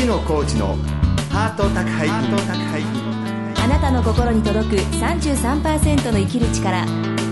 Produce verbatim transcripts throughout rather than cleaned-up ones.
月野コーチのハート宅配便。 あなたの心に届く さんじゅうさんパーセント の生きる力。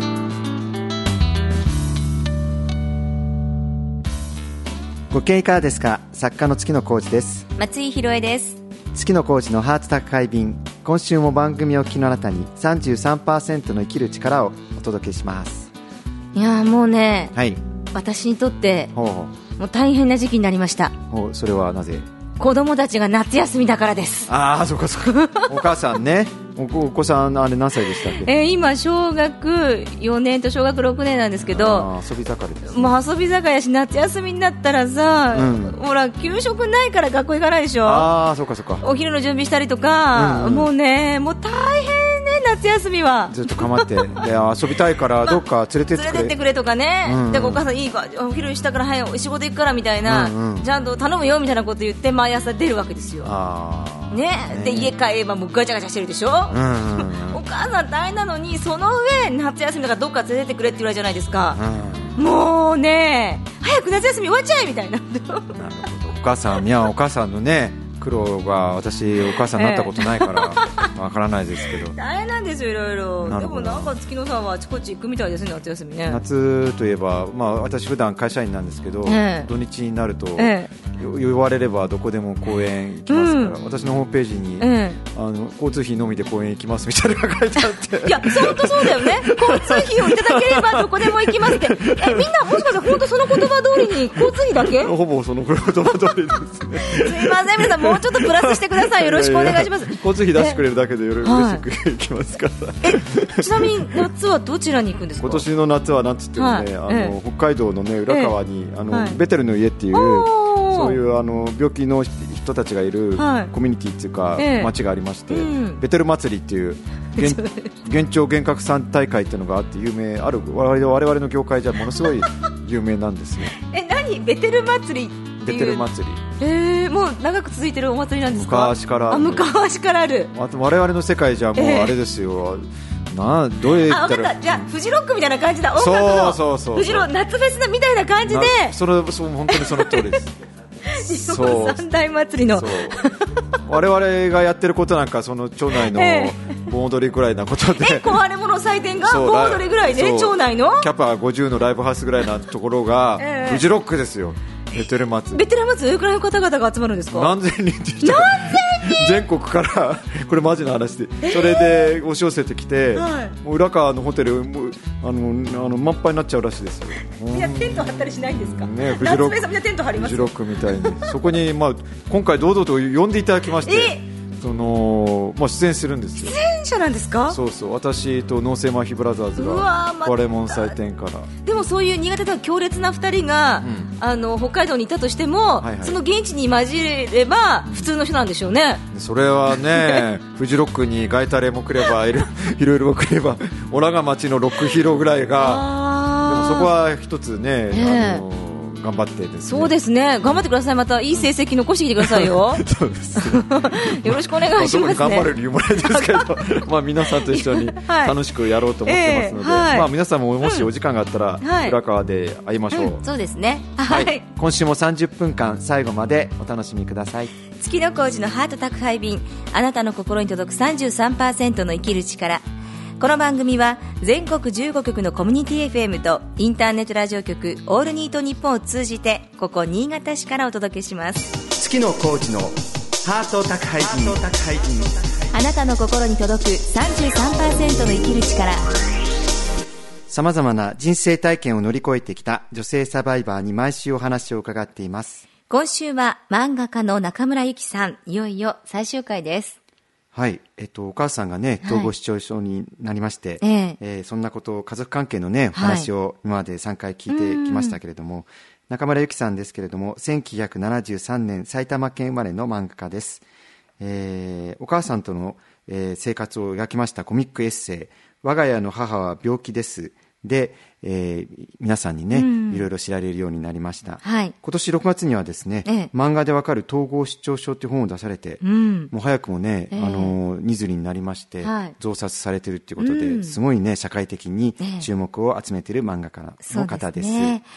ご機嫌いかがですか。作家の月野コーチです。 松井宏恵です。 月野コーチのハート宅配便。今週も番組を聞きのあなたに さんじゅうさんパーセント の生きる力をお届けします。 いやもうね、 はい、 私にとってほうほもう大変な時期になりました。 うほう。それはなぜ？ 子供たちが夏休みだからです。 ああ、そっかそっか。お母さんね、お, お子さんあれ何歳でしたっけ？ えー、今小学よねんと小学ろくねんなんですけど、 あ遊び盛りです、ね、 もう遊び盛りやし、夏休みになったらさ、うん、ほら給食ないから学校行かないでしょ。 ああ、そっかそっか。 お昼の準備したりとか、うんうん、もうね、もう大変ね、夏休みはずっと構ってで遊びたいからどっか連れてってくれ、 連れてってくれとかね、うんうん、でお母さんいいかお昼したからはい仕事行くからみたいな、うんうん、ちゃんと頼むよみたいなこと言って毎朝出るわけですよ。あね、ね、で家帰ればもうガチャガチャしてるでしょ、うんうんうん、お母さん大変なのに、その上夏休みだからどっか連れてってくれって言われるじゃないですか、うん、もうね早く夏休み終わっちゃえみたいな。なるほど。 お母さん、いやお母さんのね苦労が私お母さんになったことないからわからないですけど、 大変なんですよいろいろ。でもなんか月野さんはあちこち行くみたいですね、夏休みね。 夏といえば、まあ、私普段会社員なんですけど、ええ、土日になると、ええ、言われればどこでも公園行きますから、うん、私のホームページに、ええ、あの交通費のみで公園行きますみたいなのが書いてあっていや本当そうだよね。交通費をいただければどこでも行きますってえみんなもしかして本当その言葉通りに交通費だけほぼその言葉通りですね。 すいません、皆さんもうちょっとプラスしてください。よろしくお願いします。いやいや交通費出してくれるだけでよろ嬉しく行きますから、はい、 えちなみに夏はどちらに行くんですか？ 今年の夏はなんつってもね、はい、あのええ、北海道の、ね、浦川に、ええ、あのはい、ベテルの家っていうそういうあの病気の人たちがいるコミュニティっていうか、はい、町がありまして、ええうん、ベテル祭りっていう幻聴幻覚三大会っていうのがあって有名ある我々、我々の業界じゃものすごい有名なんですよ。 え何ベテル祭りベテル祭り、 えー、もう長く続いてるお祭りなんですか？ 昔からある。 あ昔からある。 あと我々の世界じゃもうあれですよ、えー、などう言ったら、あ分かった、 じゃあフジロックみたいな感じだ。音楽のそうそうそうそうフジロ夏フェスみたいな感じで、 それそう本当にその通りです。 日本三大祭りの我々がやってることなんかその町内の盆踊りぐらいなことで、 え壊れ物祭典が盆踊りぐらいで町内のキャパごじゅうのライブハウスぐらいなところが、えー、フジロックですよ。ベテル祭り。 ベテル祭りどれくらいの方々が集まるんですか？ 何千人って人何千人全国からこれマジな話で、えー、それで押し寄せてきて、はい、もう浦川のホテルもうあのあの満杯になっちゃうらしいですよ。 いやテント張ったりしないんですか？ ね、フジロック夏目さんみんなテント張ります。 フジロックみたいにそこに、まあ、今回堂々と呼んでいただきまして、えーそのまあ、出演するんですよ。 出演者なんですか？ そうそう、私と脳性麻痺ブラザーズが壊れ物祭典から。 でもそういう新潟では強烈なふたりが、うん、あの北海道にいたとしても、はいはい、その現地に混じれば普通の人なんでしょうね。 それはねフジロックにガイタレも来ればいろいろいろ来ればオラが町のロックヒーローぐらいが、でもそこは一つね、えー、あの頑張ってですね。 そうですね、頑張ってください。またいい成績残してきてくださいよ。そうです、ね、よろしくお願いしますね。 頑張れる理由もないですけどまあ皆さんと一緒に楽しくやろうと思ってますので、はいえーはい、まあ、皆さんももしお時間があったら、うん、浦川で会いましょう、 うん、そうですね、 はいはい、今週もさんじゅっぷんかん最後までお楽しみください。 月野浩二のハート宅配便、あなたの心に届く さんじゅうさんパーセント の生きる力。この番組は全国じゅうごきょくのコミュニティ エフエム とインターネットラジオ局オールニートニッポンを通じてここ新潟市からお届けします。 月野浩二のハート宅配便、 あなたの心に届く さんじゅうさんパーセント の生きる力。 さまざまな人生体験を乗り越えてきた女性サバイバーに毎週お話を伺っています。 今週は漫画家の中村ゆきさん、いよいよ最終回です。 はい、えっと、お母さんがね統合失調症になりまして、はい、えーえー、そんなことを家族関係のねお話を今までさんかい聞いてきましたけれども、はい、中村ゆきさんですけれどもせんきゅうひゃくななじゅうさんねん埼玉県生まれの漫画家です。えー、お母さんとの、えー、生活を描きましたコミックエッセイ我が家の母は病気ですで、えー、皆さんにね、うん、いろいろ知られるようになりました、はい、今年ろくがつにはですね、ええ、漫画でわかる統合失調症という本を出されて、うん、もう早くもね、ええ、あのに刷りになりまして、はい、増刷されているということで、うん、すごいね社会的に注目を集めている漫画家の方です。そうですね、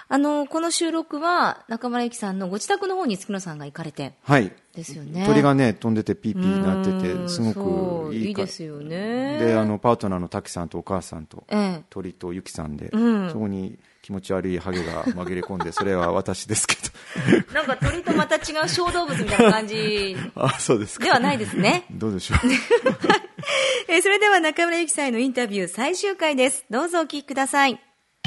あのこの収録は中村ゆきさんのご自宅の方に月野さんが行かれて、 はいですよね。 鳥がね飛んでてピーピーなっててすごくいいいいですよね。 であのパートナーの滝さんとお母さんと、ええ、鳥とゆきさんで、うん、そこに気持ち悪いハゲが紛れ込んでそれは私ですけどなんか鳥とまた違う小動物みたいな感じあそうですかではないですね。 どうでしょうえそれでは中村ゆきさんへのインタビュー最終回です。どうぞお聞きください。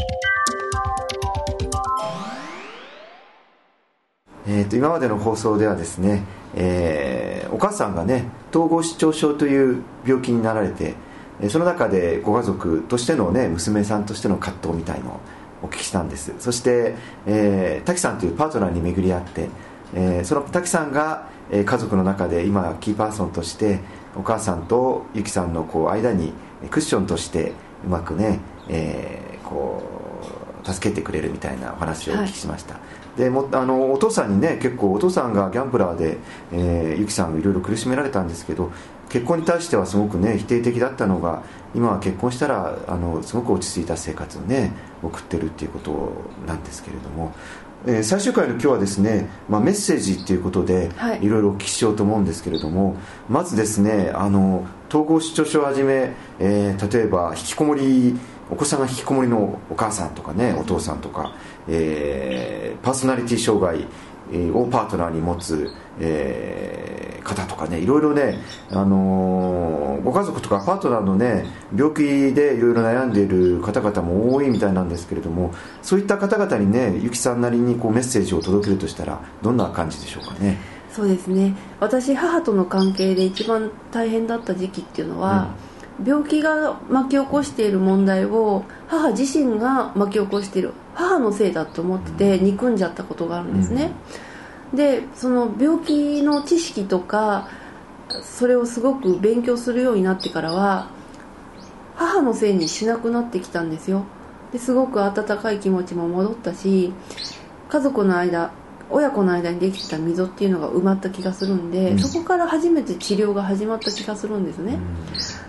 えー、と今までの放送ではですね、えー、お母さんがね統合失調症という病気になられて、その中でご家族としてのね娘さんとしての葛藤みたいのをお聞きしたんです。そして、えー、滝さんというパートナーに巡り合って、えー、その滝さんが、えー、家族の中で今キーパーソンとしてお母さんとゆきさんのこう間にクッションとしてうまくね、えー、こう助けてくれるみたいなお話をお聞きしました、はい、でもあのお父さんにね結構お父さんがギャンブラーで、えー、ゆきさんがいろいろ苦しめられたんですけど、結婚に対してはすごくね否定的だったのが今は結婚したらあのすごく落ち着いた生活をね送ってるっていうことなんですけれども、えー、最終回の今日はですね、まあ、メッセージっていうことでいろいろお聞きしようと思うんですけれども、はい、まずですねあの統合失調症をはじめ、えー、例えば引きこもりお子さんが引きこもりのお母さんとかねお父さんとか、えー、パーソナリティ障害をパートナーに持つ、えー、方とかねいろいろね、あのー、ご家族とかパートナーのね病気でいろいろ悩んでいる方々も多いみたいなんですけれども、そういった方々にねゆきさんなりにこうメッセージを届けるとしたらどんな感じでしょうかね。 そうですね、私母との関係で一番大変だった時期っていうのは、うん、病気が巻き起こしている問題を母自身が巻き起こしている母のせいだと思ってて憎んじゃったことがあるんですね、うん、でその病気の知識とかそれをすごく勉強するようになってからは母のせいにしなくなってきたんですよ。ですごく温かい気持ちも戻ったし、家族の間親子の間にできてた溝っていうのが埋まった気がするんで、うん、そこから初めて治療が始まった気がするんですね、うん、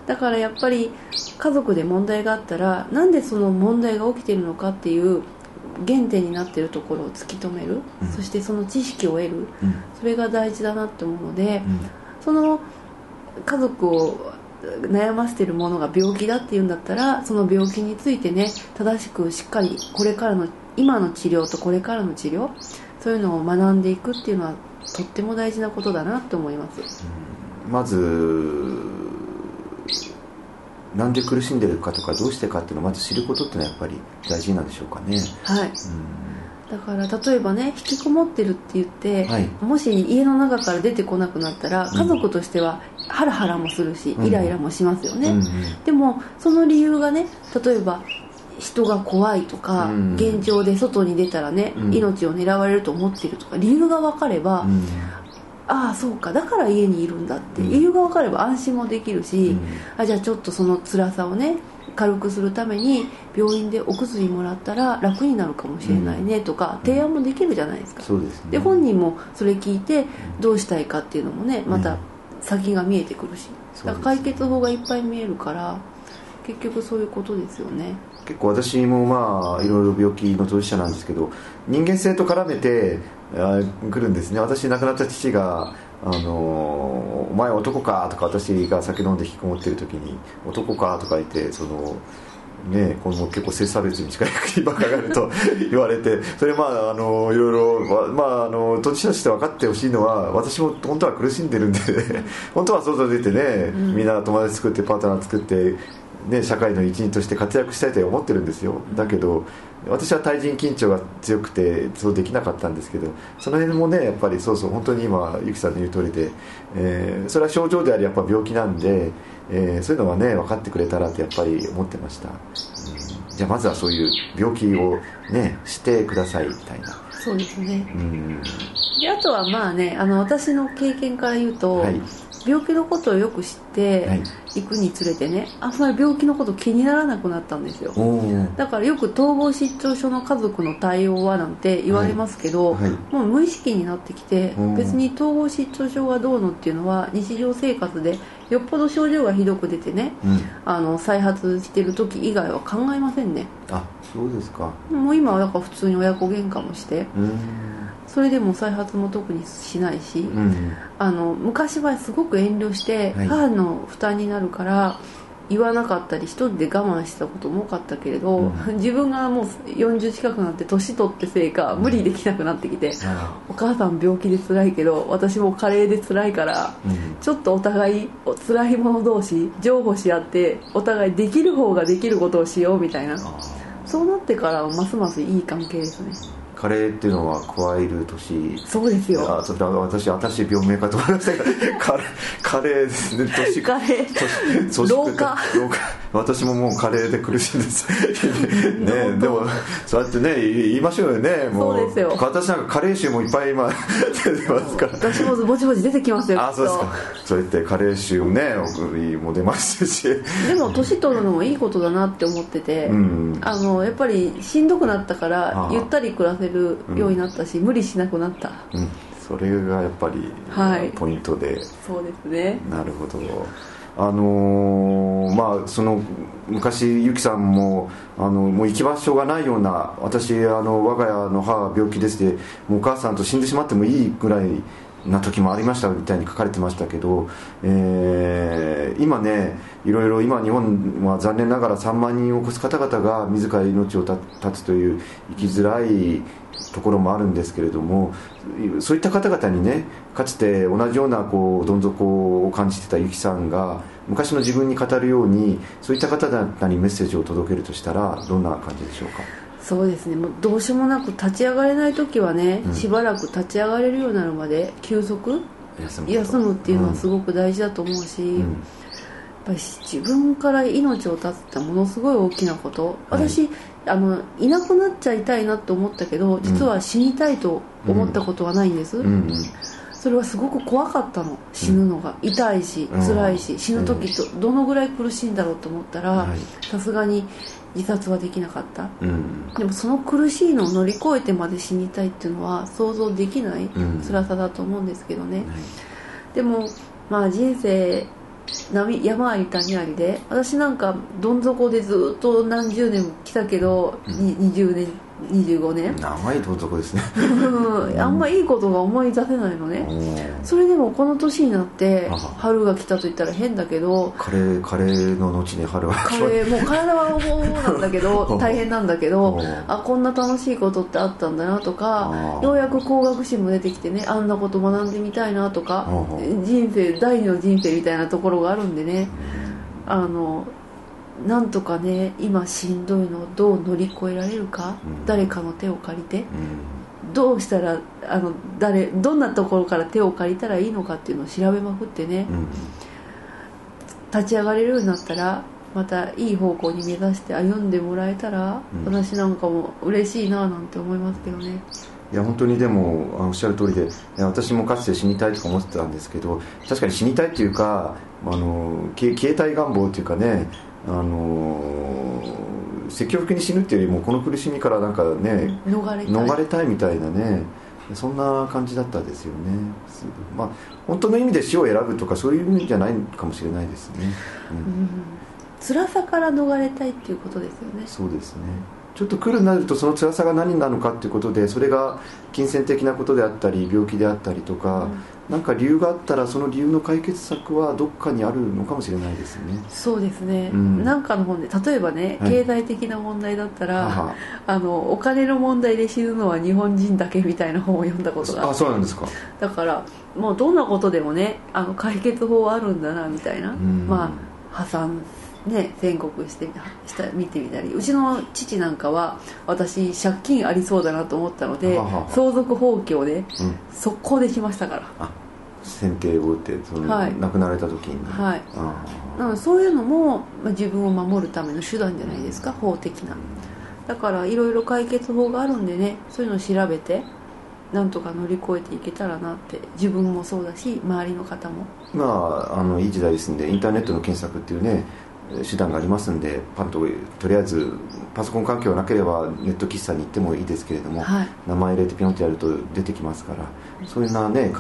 だからやっぱり家族で問題があったらなんでその問題が起きているのかっていう原点になっているところを突き止める、うん、そしてその知識を得る、うん、それが大事だなって思うので、うん、その家族を悩ませているものが病気だっていうんだったらその病気についてね正しくしっかりこれからの今の治療とこれからの治療そういうのを学んでいくっていうのはとっても大事なことだなと思います、 うん、まずなんで苦しんでるかとかどうしてかっていうのをまず知ることってのはやっぱり大事なんでしょうかね。 はい、うん、だから例えばね引きこもってるって言って、はい、もし家の中から出てこなくなったら家族としてはハラハラもするし、うん、イライラもしますよね、うんうん、でもその理由がね例えば人が怖いとか、うん、現状で外に出たらね、うん、命を狙われると思っているとか理由が分かれば、うん、ああそうかだから家にいるんだって理由が分かれば安心もできるし、うん、あじゃあちょっとその辛さをね軽くするために病院でお薬もらったら楽になるかもしれないねとか、うん、提案もできるじゃないですか。 そうですね。 で本人もそれ聞いてどうしたいかっていうのもねまた先が見えてくるし、うん、だから解決法がいっぱい見えるから結局そういうことですよね。 結構私もまあいろいろ病気の当事者なんですけど人間性と絡めてくるんですね。私亡くなった父があのお前男かとか私が酒飲んで引きこもっている時に男かとか言ってそのね、この結構性差別に近い国ばっかがあると言われてそれまああのいろいろまああの当事者として分かってほしいのは私も本当は苦しんでるんで本当は外出てねみんな友達作ってパートナー作ってね、社会の一員として活躍したいと思ってるんですよ。だけど私は対人緊張が強くてそうできなかったんですけどその辺もねやっぱりそうそう本当に今ゆきさんの言う通りで、えー、それは症状でありやっぱ病気なんで、えー、そういうのはね分かってくれたらってやっぱり思ってました、うん、じゃあまずはそういう病気をねしてくださいみたいな。 そうですね、うん、であとはまあねあの私の経験から言うと、はい、病気のことをよく知っていくにつれてね、はい、あんまり病気のこと気にならなくなったんですよ。だからよく統合失調症の家族の対応はなんて言われますけど、はいはい、もう無意識になってきて別に統合失調症がどうのっていうのは日常生活でよっぽど症状がひどく出てね、うん、あの再発してる時以外は考えませんね。 あ、そうですか。 もう今はだから普通に親子喧嘩もして、うん、それでも再発も特にしないし、うん、あの昔はすごく遠慮して母の負担になるから言わなかったり一人で我慢したことも多かったけれど、うん、自分がもうよんじゅう近くなって年取ってせいか無理できなくなってきて、うん、お母さん病気で辛いけど私も加齢で辛いから、うん、ちょっとお互い辛い者同士譲歩し合ってお互いできる方ができることをしようみたいな、そうなってからますますいい関係ですね。 カレーっていうのは加える年。 そうですよ。 あ、それは私新しい病名かと思いましたがカレーカレーですね。年カレー老化老化私ももうカレーで苦しいですね。でもそうやってね言いましょうよね。もうそうですよ。 私なんかカレー臭もいっぱい今出てますから。 私もぼちぼち出てきますよ。 あ、そうですか。そうやってカレー臭ねも出ますし。 でも年取るのもいいことだなって思ってて、うん、あのやっぱりしんどくなったからゆったり暮らせるようになったし、うん、無理しなくなった、うん、 それがやっぱり、はい、ポイントで。 そうですね。 なるほど。あのー、まあその昔ゆきさんもあのもう行き場所がないような、私あの我が家の母は病気ですでもうお母さんと死んでしまってもいいぐらいな時もありましたみたいに書かれてましたけど、えー、今ねいろいろ今日本は残念ながらさんまんにんを超す方々が自ら命を絶つという生きづらいところもあるんですけれども、そういった方々にねかつて同じようなこうどん底を感じてたゆきさんが昔の自分に語るようにそういった方々にメッセージを届けるとしたらどんな感じでしょうか。 そうですね。もうどうしようもなく立ち上がれない時はね、うん、しばらく立ち上がれるようになるまで休息休む、休むっていうのはすごく大事だと思うし、うん、やっぱり自分から命を絶つってものすごい大きなこと、はい、私あのいなくなっちゃいたいなって思ったけど実は死にたいと思ったことはないんです、うんうんうん、それはすごく怖かったの。死ぬのが痛いし辛いし、死ぬ時とどのぐらい苦しいんだろうと思ったらさすがに自殺はできなかった、うん、でもその苦しいのを乗り越えてまで死にたいっていうのは想像できない辛さだと思うんですけどね、うんはい、でもまあ人生波山あり谷ありで、私なんかどん底でずっと何十年も来たけど、うん、にじゅうねんにじゅうごねん長いどん底ですねあんまいいことが思い出せないのね、うん、それでもこの年になって春が来たと言ったら変だけどカレーカレーの後に春はカレーもう体は重々なんだけど大変なんだけどあこんな楽しいことってあったんだなとか、ようやく工学士も出てきてねあんなこと学んでみたいなとか、人生第二の人生みたいなところがあるんでね、あのなんとかね今しんどいのをどう乗り越えられるか、うん、誰かの手を借りて、うん、どうしたらあの誰どんなところから手を借りたらいいのかっていうのを調べまくってね、うん、立ち上がれるようになったらまたいい方向に目指して歩んでもらえたら、うん、私なんかも嬉しいななんて思いますけどね。 いや本当にでもおっしゃる通りで、私もかつて死にたいとか思ってたんですけど、確かに死にたいっていうかあの消えたい願望っていうかね、あの積極的に死ぬっていうよりもこの苦しみからなんかね逃れたい、 逃れたいみたいなね、そんな感じだったですよね。まあ本当の意味で死を選ぶとかそういう意味じゃないかもしれないですね、うんうん、 辛さから逃れたいっていうことですよね。 そうですね。ちょっと来るなるとその辛さが何なのかということで、それが金銭的なことであったり病気であったりとか、うん、なんか理由があったらその理由の解決策はどっかにあるのかもしれないですね。 そうですね、うん、なんかの本で例えばね、はい、経済的な問題だったらあのお金の問題で死ぬのは日本人だけみたいな本を読んだことがあって。 あ、そうなんですか。 だからもうどんなことでもねあの解決法はあるんだなみたいな、うん、まあ破産ね、宣告してした見てみたり、うちの父なんかは私借金ありそうだなと思ったのでははは相続放棄をね、うん、速攻でしましたから。 あ、先手を打ってその、はい、亡くなられた時に、 はい、あなのでそういうのも、まあ、自分を守るための手段じゃないですか、法的な。だからいろいろ解決法があるんでね、そういうのを調べてなんとか乗り越えていけたらなって、自分もそうだし周りの方も。 まあ、あのいい時代ですんでインターネットの検索っていうね手段がありますんで、パッととりあえずパソコン環境なければネット喫茶に行ってもいいですけれども、はい、名前入れてピョンってやると出てきますから、そういうなね解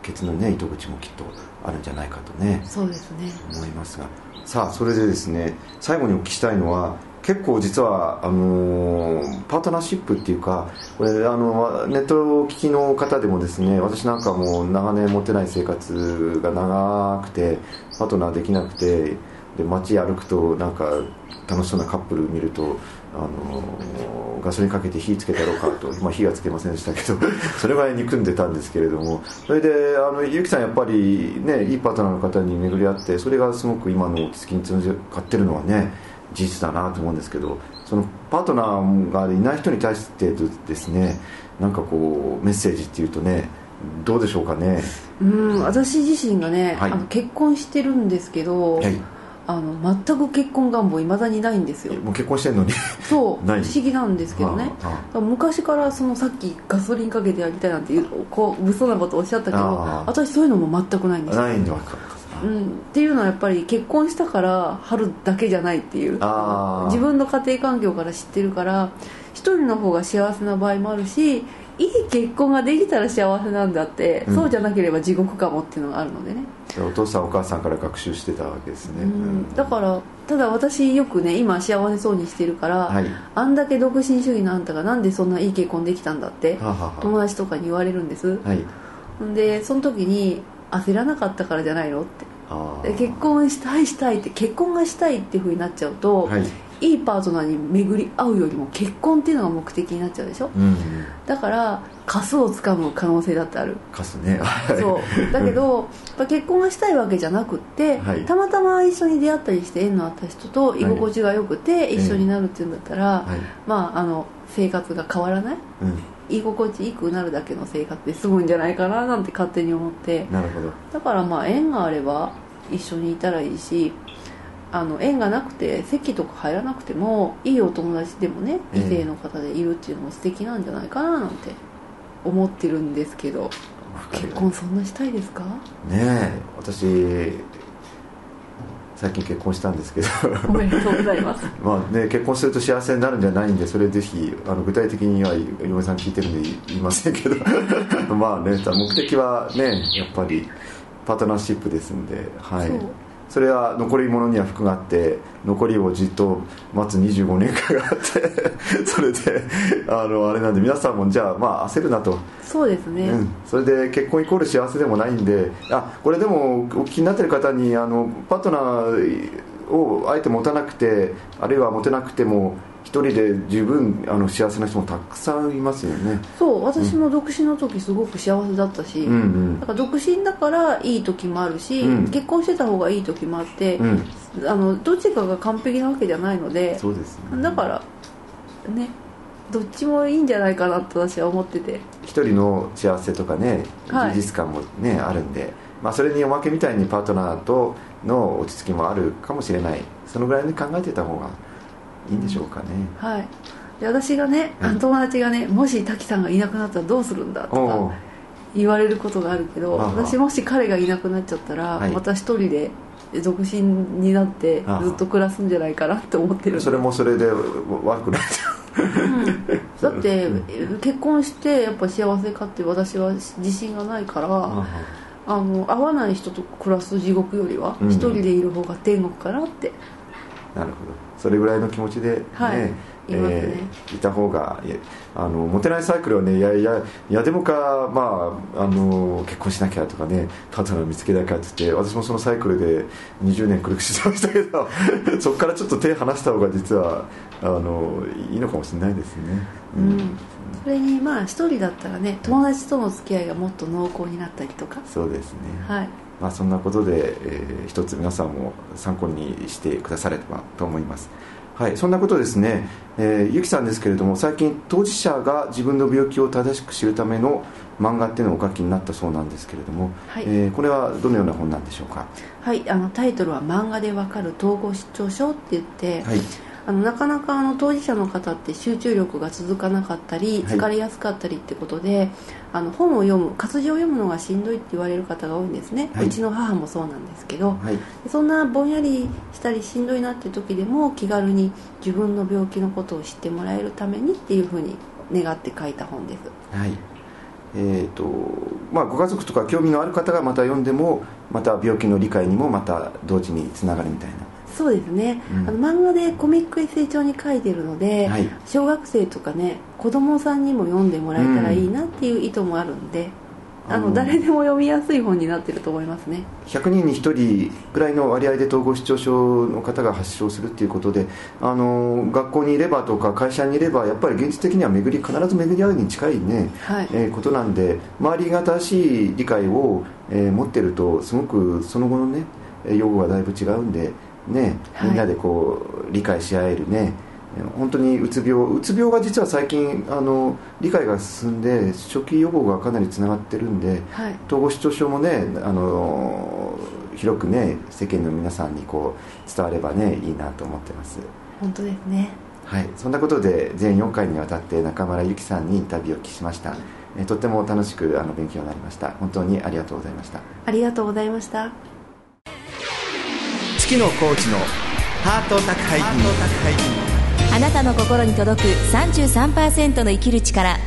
解決の、ね、糸口もきっとあるんじゃないかとね、 そうですね、 思いますが、さあそれでですね、最後にお聞きしたいのは、結構実はあのー、パートナーシップっていうか、これあのネットを聞きの方でもですね、私なんかも長年持てない生活が長くてパートナーできなくて、で街歩くとなんか楽しそうなカップル見ると、あのー、ガソリンかけて火つけたろうかと、まあ、火がつけませんでしたけどそれぐらい憎んでたんですけれども、それであのゆきさんやっぱりね、いいパートナーの方に巡り合って、それがすごく今の落ち着きにつながってるのはね、事実だなと思うんですけど、そのパートナーがいない人に対してですね、なんかこうメッセージっていうとね、どうでしょうかね。 うん、私自身がね、はい、あの結婚してるんですけど、はい、あの全く結婚願望いまだにないんですよ。 もう結婚してんのにそうない不思議なんですけどね、はあはあ、昔からそのさっきガソリンかけてやりたいなんていうこう物騒なことをおっしゃったけど、私そういうのも全くないんですよ。 ないんだ、 うん、っていうのはやっぱり結婚したから春だけじゃないっていう、自分の家庭環境から知ってるから、一人の方が幸せな場合もあるし、いい結婚ができたら幸せなんだって、うん、そうじゃなければ地獄かもっていうのがあるのでね。 お父さんお母さんから学習してたわけですね、 うん、だからただ私よくね、今幸せそうにしてるから、はい、あんだけ独身主義のあんたがなんでそんないい結婚できたんだってははは友達とかに言われるんです、はい、でその時に焦らなかったからじゃないのって、あで結婚したいしたいって結婚がしたいっていう風になっちゃうと、はい、いいパートナーに巡り合うよりも結婚っていうのが目的になっちゃうでしょ、うんうん、だからカスをつかむ可能性だってある。 カスねそうだけど結婚がしたいわけじゃなくって、はい、たまたま一緒に出会ったりして縁のあった人と居心地が良くて一緒になるっていうんだったら、はい、まああの生活が変わらない、うん居心地いいくなるだけの生活で済むんじゃないかななんて勝手に思って。 なるほど。 だからまあ縁があれば一緒にいたらいいし、あの縁がなくて籍とか入らなくてもいいお友達でもね、異性の方でいるっていうのも素敵なんじゃないかななんて思ってるんですけど、結婚そんなしたいですか？ ねえ、私最近結婚したんですけどおめでとうございますまあ、ね、結婚すると幸せになるんじゃないんで、それぜひあの具体的には嫁さん聞いてるんで言いませんけどまあね、目的はねやっぱりパートナーシップですんで、はい、そ, それは残り物には福があって、残りをじっと待つにじゅうごねんかんがあってそれで あのあれなんで、皆さんもじゃあ、まあ、焦るなと。 そうですね、うん、 それで結婚イコール幸せでもないんで、あこれでもお気になってる方に、あのパートナーをあえて持たなくて、あるいは持てなくても一人で十分あの幸せな人もたくさんいますよね。 そう、私も独身の時すごく幸せだったし、うんうん、だから独身だからいい時もあるし、うん、結婚してた方がいい時もあって、うん、あのどっちかが完璧なわけじゃないので、 そうですね、 だからね、どっちもいいんじゃないかなと私は思ってて、 一人の幸せとかね、充実感もね、はい、あるんで、まあ、それにおまけみたいにパートナーとの落ち着きもあるかもしれない、そのぐらいに考えてた方がいいんでしょうかね、 うん、はい。で私がね、うん、友達がね、もし滝さんがいなくなったらどうするんだとか言われることがあるけど、私もし彼がいなくなっちゃったら、はい、また一人で独身になってずっと暮らすんじゃないかなって思ってる。 それもそれで悪くないうん、だって結婚してやっぱ幸せかって私は自信がないから、あの会わない人と暮らす地獄よりは一人でいる方が天国かなって、 うん、なるほど。それぐらいの気持ちで、ね、はい、いますね、えー、いた方が、あのモテないサイクルはね、いやいやいやでもか、まあ、あの結婚しなきゃとかね、パートナー見つけなきゃって言って、私もそのサイクルでにじゅうねん苦しみましたけどそこからちょっと手離した方が実はあのいいのかもしれないですね、 うん、うん、それにまあ一人だったらね、友達との付き合いがもっと濃厚になったりとか。 そうですね、 はい。 まあ、そんなことで、えー、一つ皆さんも参考にしてくださればと思います。はい、そんなことですね、えー、ゆきさんですけれども、最近当事者が自分の病気を正しく知るための漫画っていうのをお書きになったそうなんですけれども、はい、えー、これはどのような本なんでしょうか。 はい、あのタイトルは漫画でわかる統合失調症って言って、はい、あのなかなかあの当事者の方って集中力が続かなかったり疲れやすかったりってことで、はい、あの本を読む活字を読むのがしんどいって言われる方が多いんですね、はい、うちの母もそうなんですけど、はい、そんなぼんやりしたりしんどいなっていう時でも気軽に自分の病気のことを知ってもらえるためにっていうふうに願って書いた本です。 はい、 えーとまあ、ご家族とか興味のある方がまた読んでもまた病気の理解にもまた同時につながるみたいな。 そうですね、うん、あの漫画でコミックエッセイ調に書いてるので、はい、小学生とかね子供さんにも読んでもらえたらいいなっていう意図もあるんで、うん、あの誰でも読みやすい本になってると思いますね。 ひゃくにんにひとりぐらいの割合で統合失調症の方が発症するっていうことで、あの学校にいればとか会社にいればやっぱり現実的には巡り必ず巡り合うに近いね、はい、えー、ことなんで、周りが正しい理解を、えー、持ってるとすごくその後のね用語がだいぶ違うんでね、みんなでこう理解し合えるね、本当にうつ病うつ病が実は最近あの理解が進んで初期予防がかなりつながってるんで、はい、統合失調症もねあの広くね世間の皆さんにこう伝わればねいいなと思ってます。 本当ですね。 はい、そんなことで全よんかいにわたって中村ゆきさんにインタビューをお聞きしました。えとっても楽しくあの勉強になりました。本当にありがとうございました。 ありがとうございました。 月野コーチのハート宅配便。 あなたの心に届く さんじゅうさんパーセント の生きる力。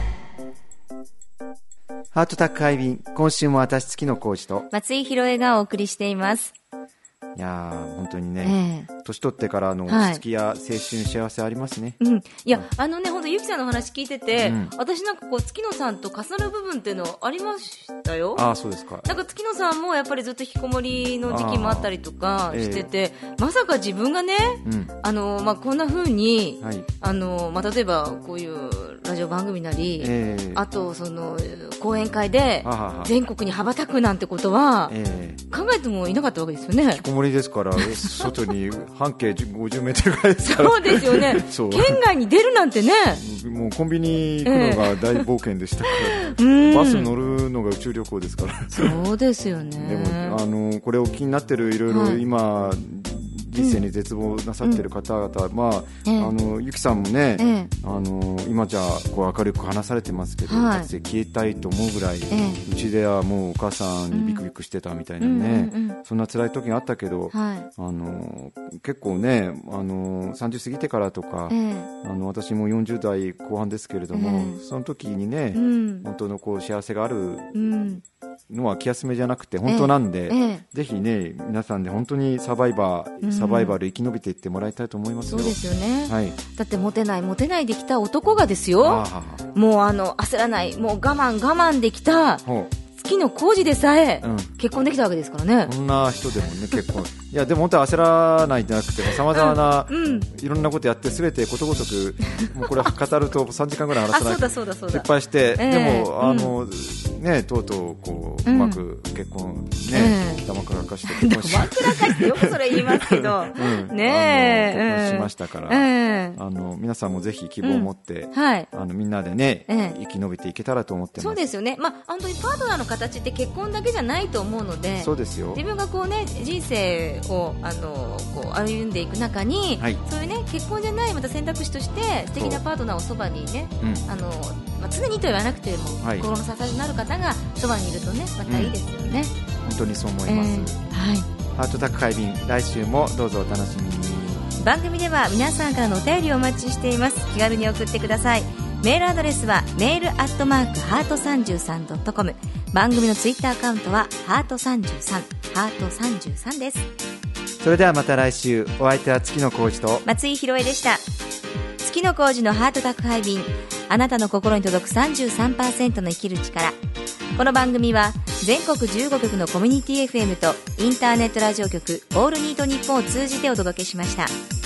ハート宅配便、今週も私月野コーチと松井宏恵がお送りしています。 いやー本当にね、えー、年取ってからの落ち着きや青春幸せありますね、 はい、うん、いやあのね本当ゆきさんの話聞いてて、うん、私なんかこう月野さんと重なる部分っていうのありましたよ。 ああそうですか。 なんか月野さんもやっぱりずっと引きこもりの時期もあったりとかしてて、えー、まさか自分がね、うん、あのまあ、こんな風に、はい、あのまあ、例えばこういうラジオ番組なり、えー、あとその講演会で全国に羽ばたくなんてことは考えてもいなかったわけですよね。 引きこもりですから外に半径ごじゅうメートルぐらいですからそうですよね県外に出るなんてねもうコンビニ行くのが大冒険でしたから、えー、バス乗るのが宇宙旅行ですからそうですよね。 でもあのこれお気になってるいろいろ今、はい、人生に絶望なさっている方々、うん、まあ、ええ、あのゆきさんもね、え、あの今じゃこう明るく話されてますけど、はい、かつて消えたいと思うぐらい、うちではもうお母さんにビクビクしてたみたいなね、うんうんうん、そんな辛い時があったけど、はい、あの結構ねあのさんじゅう過ぎてからとか、あの私もよんじゅう代後半ですけれども、その時にね、うん、本当のこう幸せがあるのは気休めじゃなくて本当なんで、ぜひね皆さんで本当にサバイバー、うんサバイバル生き延びていってもらいたいと思いますよ。 そうですよね、はい、だってモテないモテないできた男がですよ、もうあの焦らないもう我慢我慢できた月野浩二でさえ、うん、結婚できたわけですからね。 こんな人でもね結婚いやでも本当は焦らないんじゃなくてさまざまな、うんうん、いろんなことやって全てことごとくもうこれ語るとさんじかんぐらい話さないと失敗して、えー、でもあの、うんね、とうとうこう、うん、うまく結婚ね、えー、黙らかして結婚し黙らかしてよくそれ言いますけど、うん、ねえ結婚しましたから、えー、あの皆さんもぜひ希望を持って、うんはい、あのみんなでね、えー、生き延びていけたらと思ってます。 そうですよね、まあ、本当にパートナーの形って結婚だけじゃないと思うので、 そうですよ。 自分がこう、ね、人生をあのこう歩んでいく中に、はい、そういう、ね、結婚じゃないまた選択肢として素敵なパートナーをそばにね、あのまあ、常にと言わなくても、はい、心の支えになる方がそばにいるとねまたいいですよね、 うん、本当にそう思います、えーはい、ハート宅配便来週もどうぞお楽しみに。 番組では皆さんからのお便りをお待ちしています。気軽に送ってください。メールアドレスはメールアットマークハートさんじゅうさんドットコム、番組のツイッターアカウントはハートさんじゅうさんハートさんじゅうさんです。 それではまた来週。お相手は月野浩二と松井宏恵でした。月野浩二のハート宅配便、あなたの心に届く さんじゅうさんパーセント の生きる力。この番組は全国じゅうごきょくのコミュニティ エフエム とインターネットラジオ局オールニートニッポンを通じてお届けしました。